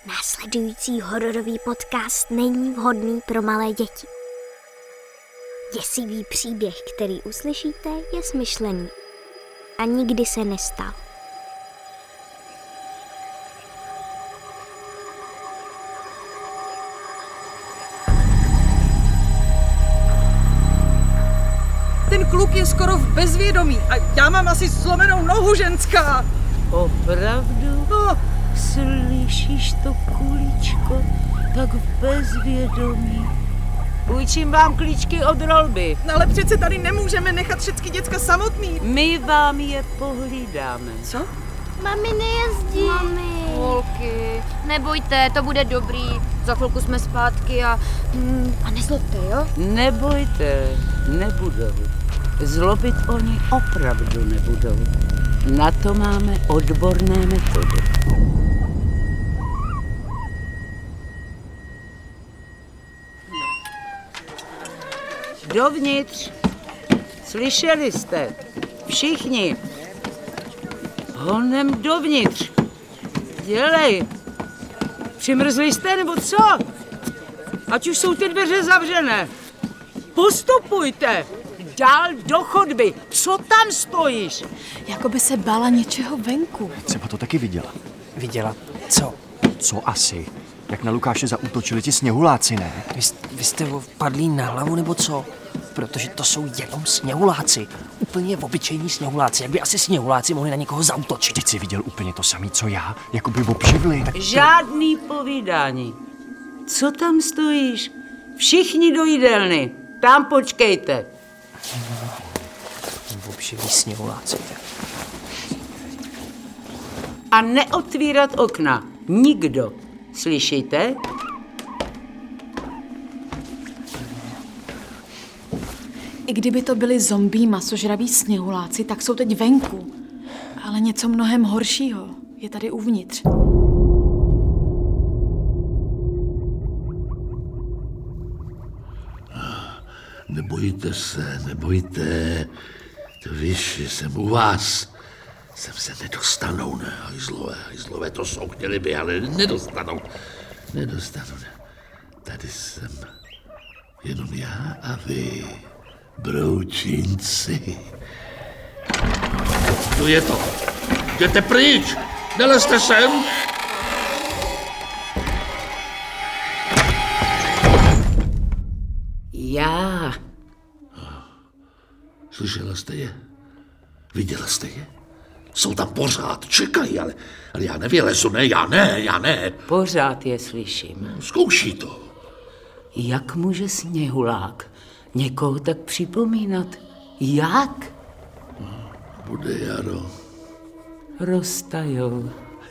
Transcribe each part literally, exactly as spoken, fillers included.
Následující hororový podcast není vhodný pro malé děti. Děsivý příběh, který uslyšíte, je smyšlený a nikdy se nestal. Ten kluk je skoro v bezvědomí a já mám asi zlomenou nohu, ženská. Opravdu? No. Slyšíš to, kuličko? Tak v bezvědomí. Půjčím vám klíčky od rolby. No ale přece tady nemůžeme nechat všechny děcka samotný. My vám je pohlídáme. Co? Mami nejezdí. Mami. Holky, nebojte, to bude dobrý. Za chvilku jsme zpátky a... Mm, a nezlobte, jo? Nebojte, nebudou. Zlobit oni opravdu nebudou. Na to máme odborné metody. Dovnitř. Slyšeli jste? Všichni. Honem dovnitř. Dělej. Přimrzli jste, nebo co? Ať už jsou ty dveře zavřené. Postupujte. Dál do chodby. Co tam stojíš? Jako by se bála něčeho venku. Třeba to taky viděla. Viděla co? Co asi? Jak na Lukáše zaútočili ti sněhuláci, ne? Vy, vy jste padlí na hlavu nebo co? Protože to jsou jenom sněhuláci. Úplně obyčejní sněhuláci. Jak by asi sněhuláci mohli na někoho zaútočit? Teď jsi viděl úplně to samé, co já? Jako by obživli. Tak to... Žádný povídání. Co tam stojíš? Všichni do jídelny. Tam počkejte. Obživlí sněhuláci. A neotvírat okna. Nikdo. Slyšíte? I kdyby to byli zombí masožraví sněhuláci, tak jsou teď venku. Ale něco mnohem horšího je tady uvnitř. Nebojte se, nebojte. To víš, že jsem u vás. Sem se nedostanou, ne? Hajzlové, hajzlové to jsou, chtěli by, ale nedostanou. Nedostanou, ne? Tady jsem jenom já a vy, broučinci. Tu je to. Jděte pryč. Nelezte sem. Já. Slyšela jste je? Viděla jste je? Jsou tam pořád, čekají, ale, ale já nevylezu, ne, já ne, já ne. Pořád je slyším. Zkouší to. Jak může sněhulák někoho tak připomínat? Jak? Bude jaro. Roztajou.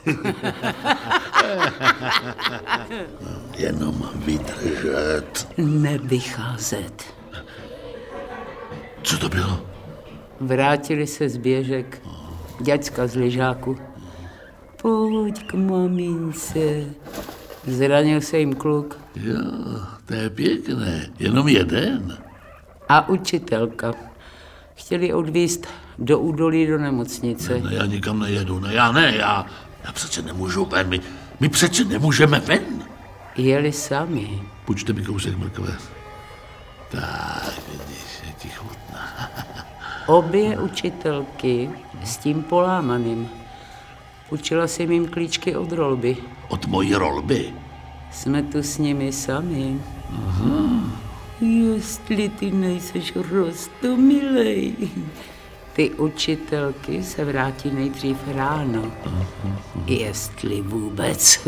Jenom vydržet. Nevycházet. Co to bylo? Vrátili se z běžek. Děcka z lyžáku. Pojď k mamince. Zranil se jim kluk. Jo, to je pěkné. Jenom jeden. A učitelka. Chtěli odvízt do údolí do nemocnice. Ne, ne, já nikam nejedu, ne, já ne, já, já přece nemůžu ven, my, my přece nemůžeme ven. Jeli sami. Půjčte mi kousek mrkve. Tak, vidíš, je ti chutná. Obě učitelky s tím polámaným. Učila jsem jim klíčky od rolby. Od mojí rolby? Jsme tu s nimi sami. Aha. Jestli ty nejseš roztomilej. Ty učitelky se vrátí nejdřív ráno. Jestli vůbec.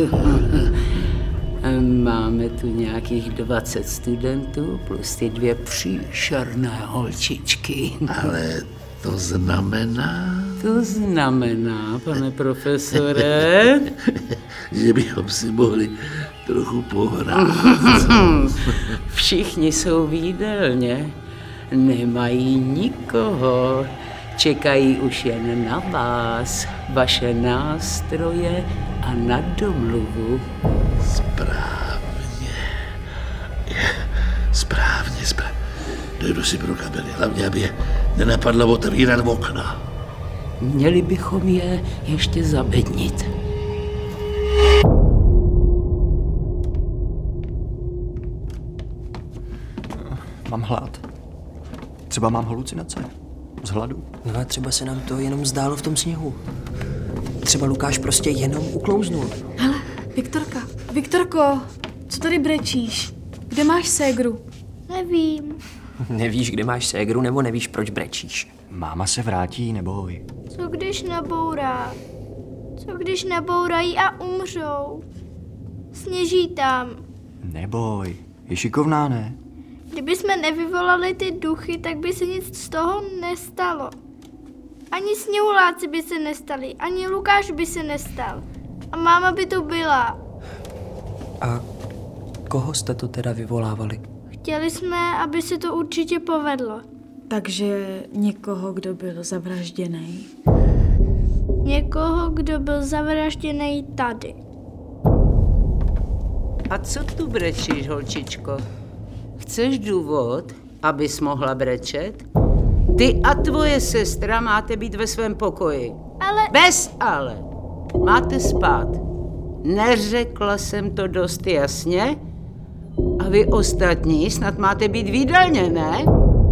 Máme tu nějakých dvacet studentů plus ty dvě příšerné holčičky. Ale to znamená... To znamená, pane profesore... že bychom si mohli trochu pohrát. Všichni jsou v jídelně. Nemají nikoho. Čekají už jen na vás, vaše nástroje a na domluvu. Správně. Správně, správně. Dojdu si pro kabely, hlavně, aby je nenapadlo otevírat okna. Měli bychom je ještě zabednit. Mám hlad. Třeba mám halucinace. Z hladu. No a třeba se nám to jenom zdálo v tom sněhu. Třeba Lukáš prostě jenom uklouznul. Hele, Viktorka. Viktorko, co tady brečíš? Kde máš ségru? Nevím. Nevíš, kde máš ségru, nebo nevíš, proč brečíš? Máma se vrátí, neboj. Co když nabourá? Co když nabourají a umřou? Sněží tam. Neboj. Je šikovná, ne? Kdyby jsme nevyvolali ty duchy, tak by se nic z toho nestalo. Ani sněhuláci by se nestali, ani Lukáš by se nestal. A máma by tu byla. A koho jste to teda vyvolávali? Chtěli jsme, aby se to určitě povedlo. Takže někoho, kdo byl zavražděný. Někoho, kdo byl zavražděný tady. A co tu brečíš, holčičko? Chceš důvod, abys mohla brečet? Ty a tvoje sestra máte být ve svém pokoji. Ale... Bez ale. Máte spát. Neřekla jsem to dost jasně? A vy ostatní snad máte být v jídelně, ne?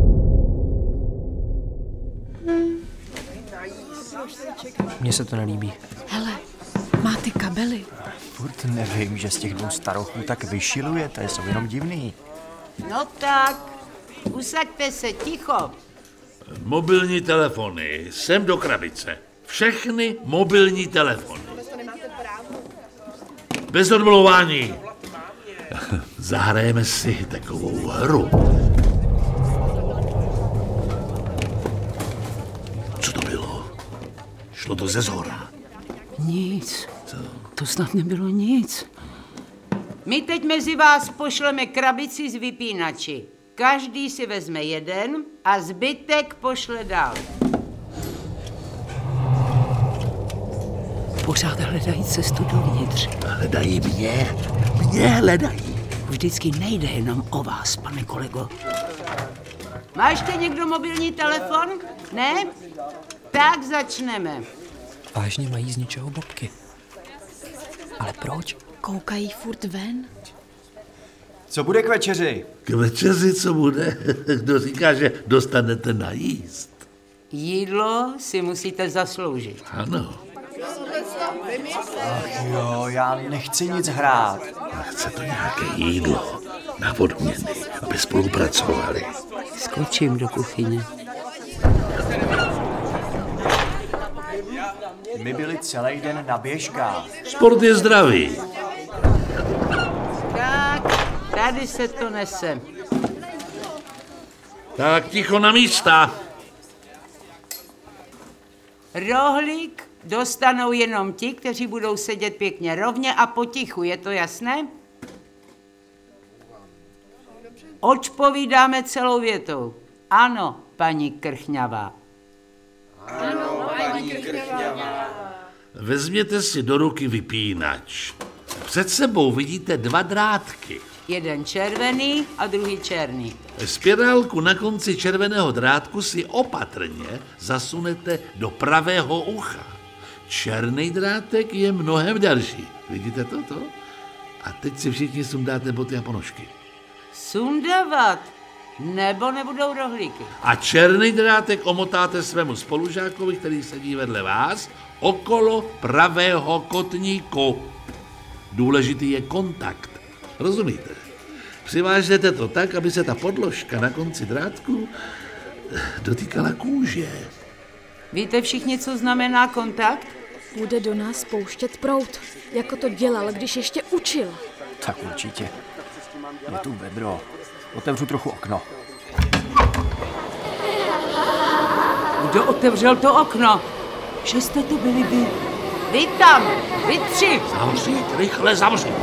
Mně se to nelíbí. Hele, má ty kabely. Furt nevím, že z těch dvou starochů tak vyšilujete, jsou jenom divný. No tak, usaďte se ticho. Mobilní telefony, sem do krabice. Všechny mobilní telefony. Bez odmlouvání. Zahrajeme si takovou hru. Co to bylo? Šlo to ze zhora. Nic. Co? To snad nebylo nic. My teď mezi vás pošleme krabici z vypínači. Každý si vezme jeden a zbytek pošle dál. Pořád hledají cestu dovnitř. Hledají mě. Mě hledají. Vždycky nejde jenom o vás, pane kolego. Má ještě někdo mobilní telefon? Ne? Tak začneme. Vážně mají z ničeho bobky. Ale proč? Koukají furt ven. Co bude k večeři? K večeři co bude? Kdo říká, že dostanete najíst? Jídlo si musíte zasloužit. Ano. Ach jo, já nechci nic hrát. A chce to nějaké jídlo na odměny, aby spolupracovali. Skočím do kuchyně. My byli celý den na běžkách. Sport je zdravý. Tak, tady se to nese. Tak ticho na místa. Rohlík dostanou jenom ti, kteří budou sedět pěkně rovně a potichu, je to jasné? Odpovídáme celou větou. Ano, paní Krchňavá. Ano, paní Krchňavá. Vezměte si do ruky vypínač. Před sebou vidíte dva drátky. Jeden červený a druhý černý. Spirálku na konci červeného drátku si opatrně zasunete do pravého ucha. Černý drátek je mnohem další. Vidíte toto? A teď si všichni sundáte boty a ponožky. Sundavat, nebo nebudou rohlíky. A černý drátek omotáte svému spolužákovi, který sedí vedle vás, okolo pravého kotníku. Důležitý je kontakt. Rozumíte? Přivážete to tak, aby se ta podložka na konci drátku dotýkala kůže. Víte všichni, co znamená kontakt? Bude do nás pouštět proud, jako to dělal, když ještě učil. Tak určitě. Je tu vedro. Otevřu trochu okno. Kdo otevřel to okno? Že jste tu byli vy. Vy tam, vy tři. Zavřít, rychle zavřít.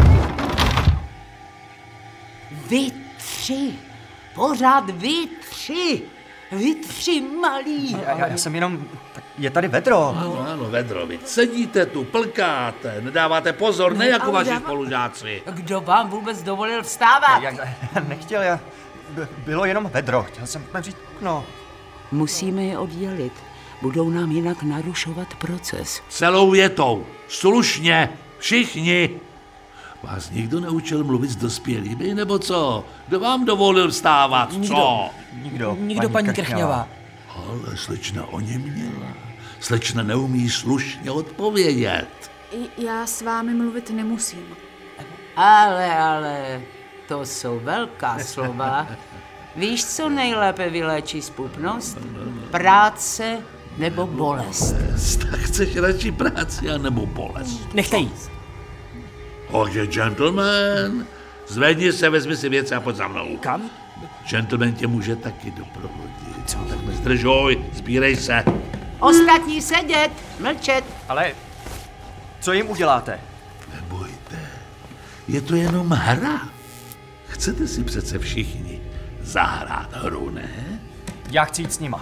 Vy tři. Pořád vy tři. Vy tři malí. Já, já, já jsem jenom... Je tady vedro. Ano, ano, vedro. Vy sedíte tu, plkáte, nedáváte pozor, ne, ne jako vaši dává... spolužáci. Kdo vám vůbec dovolil vstávat? Já, já, já nechtěl, já... Bylo jenom vedro, chtěl jsem otevřít okno. Musíme je oddělit. Budou nám jinak narušovat proces. Celou větou. Slušně. Všichni. Vás nikdo neučil mluvit s dospělými, nebo co? Kdo vám dovolil vstávat, Nikdo. co? Nikdo, Nikdo paní, paní Krchňová. Ale slečna o něm měla. Slečna neumí slušně odpovědět. Já s vámi mluvit nemusím. Ale, ale, to jsou velká slova. Víš, co nejlépe vyléčí zpupnost? Práce nebo bolest. Tak chceš radši práci a nebo bolest? Nechte jít. Och je gentleman. Zvedni se, vezmi si věci a pojď za mnou. Kam? Gentleman tě může taky doprovodit. Co? Tak nezdržuj, sbírej se. Ostatní sedět, mlčet. Ale co jim uděláte? Nebojte, je to jenom hra. Chcete si přece všichni zahrát hru, ne? Já chci jít s nima.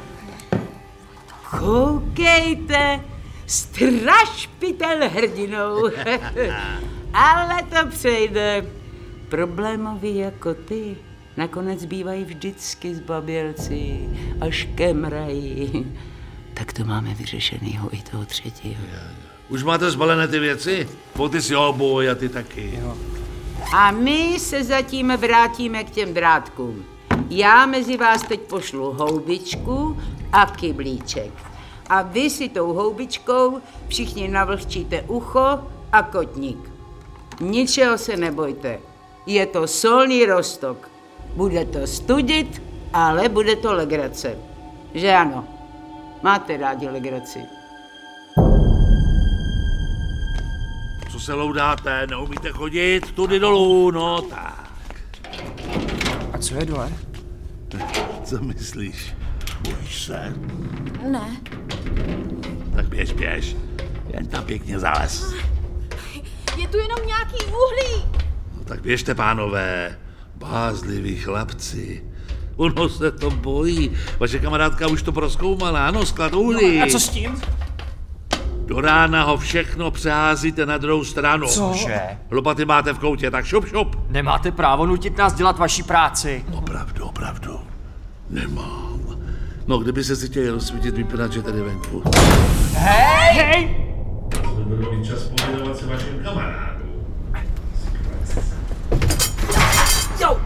Koukejte, strašpitel hrdinou. Ale to přejde. Problémoví jako ty nakonec bývají vždycky zbabělci a škemrají. Tak to máme vyřešenýho i toho třetího. Už máte zbalené ty věci? Po ty si oboj a ty taky. Jo. A my se zatím vrátíme k těm drátkům. Já mezi vás teď pošlu houbičku a kyblíček. A vy si tou houbičkou všichni navlhčíte ucho a kotník. Ničeho se nebojte. Je to solný roztok. Bude to studit, ale bude to legrace. Že ano? Máte rádi legraci. Co se loudáte? Neumíte chodit? Tudy dolů, no tak. A co je dole? Co myslíš? Bojíš se? Ne. Tak běž, běž. Jen tam pěkně zalez. Je tu jenom nějaký uhlí. No tak běžte, pánové. Bázliví chlapci. Ono se to bojí. Vaše kamarádka už to prozkoumala. Ano, sklad uhlí. No, a co s tím? Do rána ho všechno přeházíte na druhou stranu. Cože? Lopaty máte v koutě, tak šup, šup. Nemáte právo nutit nás dělat vaši práci. Opravdu, opravdu. Nemám. No, kdyby se si chtěli rozsvítit, vypadat, že tady venku. Hej! Hej! Budu mít čas povědovat se vašim kamarádům. Jo!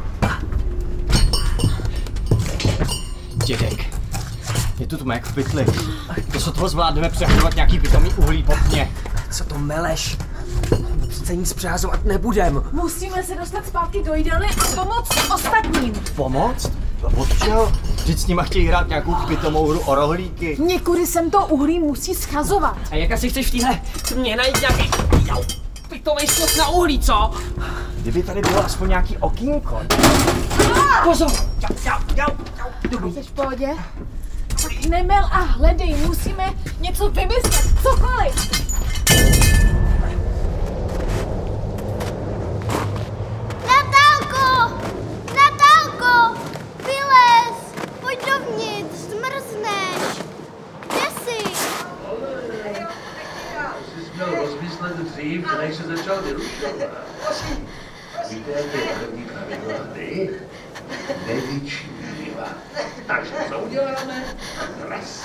Dědek, je tu tmek v pytli. To sotvo zvládneme přehazovat nějaký pitomý uhlí pod mě. Co to meleš? My přece nic přehazovat nebudem. Musíme se dostat zpátky do jídelny a pomoct ostatním. Pomoct? Od čeho? Vždyť s nima chtějí hrát nějakou pitomou hru o rohlíky. Někudy sem to uhlí musí schazovat. A jak asi chceš v téhle tmě najít nějaký jau, pitomej skok na uhlí, co? Kdyby tady bylo aspoň nějaký okýnko. Pozor! Jau, jau, jau, jau. Jsi v pohodě? Tak nemel a hledej, musíme něco vymyslet, cokoliv. Natálko! Natálko! Vylez! Pojď dovnitř, zmrzneš. Kde jsi? Jsi měl rozmyslet dřív, než se začal vyrušovat. Víte, jak je první pravidlo hry? Nevyčnívat. Takže co uděláme? Trest.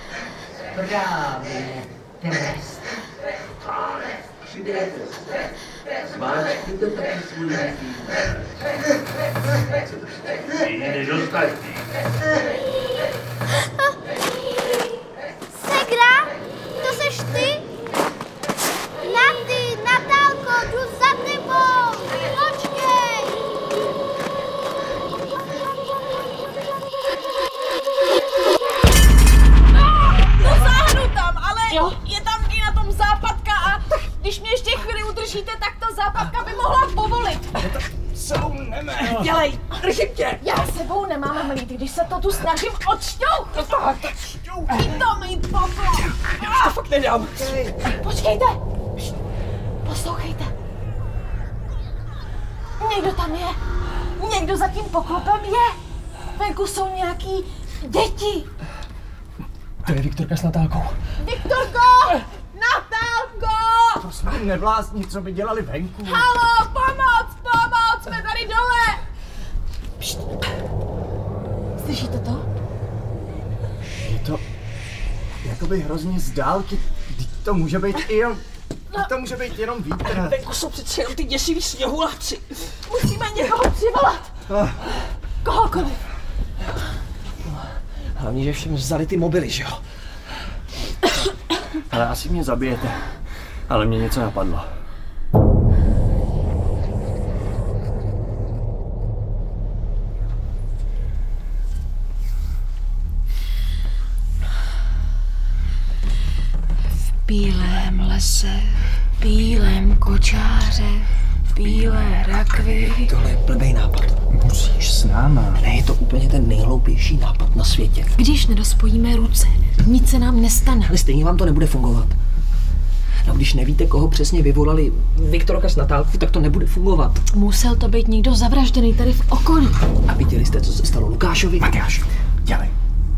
Právě trest. Tak, přidejte se. Zmáčkněte taky svůj výtým. Jiný než ostatní. Segra? To seš ty? Naty, Natálko, jdu za tebou! Počkej! No záhnu tam, ale jo. Je tam i na tom západka a když mě ještě chvíli udržíte, tak ta západka by mohla povolit. Co neme? Dělej, držím tě! Já sebou nemám mlít, když se to tu snažím odšťouch. I to mít pokoj. To fakt nedám. Počkejte. Pšt. Poslouchejte. Někdo tam je. Někdo za tím poklopem je. Venku jsou nějaký děti. To je Viktorka s Natálkou. Viktorko! Natálko! Prosím, neblázni, co by dělali venku. Halo, pomoc, pomoc, jsme tady dole. Pšt. Slyšíte to? Je to jakoby hrozně z dálky. Vždyť to může být i on. To může být jenom vítr. Venku jsou přece jenom ty děsivý sněhuláci. Musíme někoho přivolat. Kohokoliv. Hlavně, že všem vzali ty mobily, že jo? Ale asi mě zabijete. Ale mě něco napadlo. V bílém lese, v bílém kočáře, v bílé rakvi. Tohle je blbej nápad. Musíš s náma. Ne, je to úplně ten nejhloupější nápad na světě. Když nerozpojíme ruce, nic se nám nestane. Ale stejně vám to nebude fungovat. No, když nevíte, koho přesně vyvolali Viktorka s Natálkou, tak to nebude fungovat. Musel to být někdo zavražděný tady v okolí. A viděli jste, co se stalo Lukášovi? Matyáš, dělej.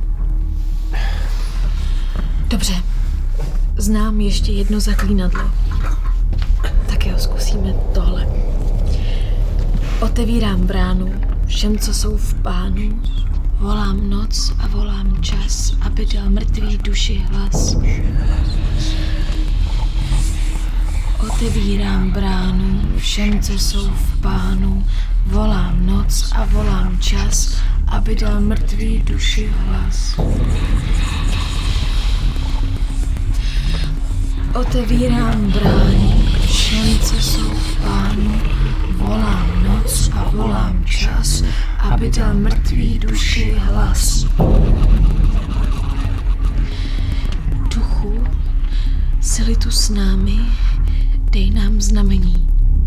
Dobře. Znám ještě jedno zaklínadlo. Tak jo, zkusíme tohle. Otevírám bránu všem, co jsou v pánu. Volám noc a volám čas, aby dal mrtvý duši hlas. Otevírám bránu všem, co jsou v pánu. Volám noc a volám čas, aby dal mrtvý duši hlas. Otevírám bránu všem, co jsou v pánu. Volám noc a volám čas, aby dal mrtvý duši hlas. Duchu, jsi-li tu s námi, dej nám znamení.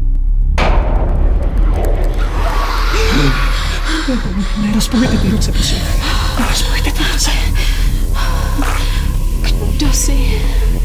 Nerozpojujte ty ruce, prosím. Nerozpojujte ty ruce. Kdo jsi?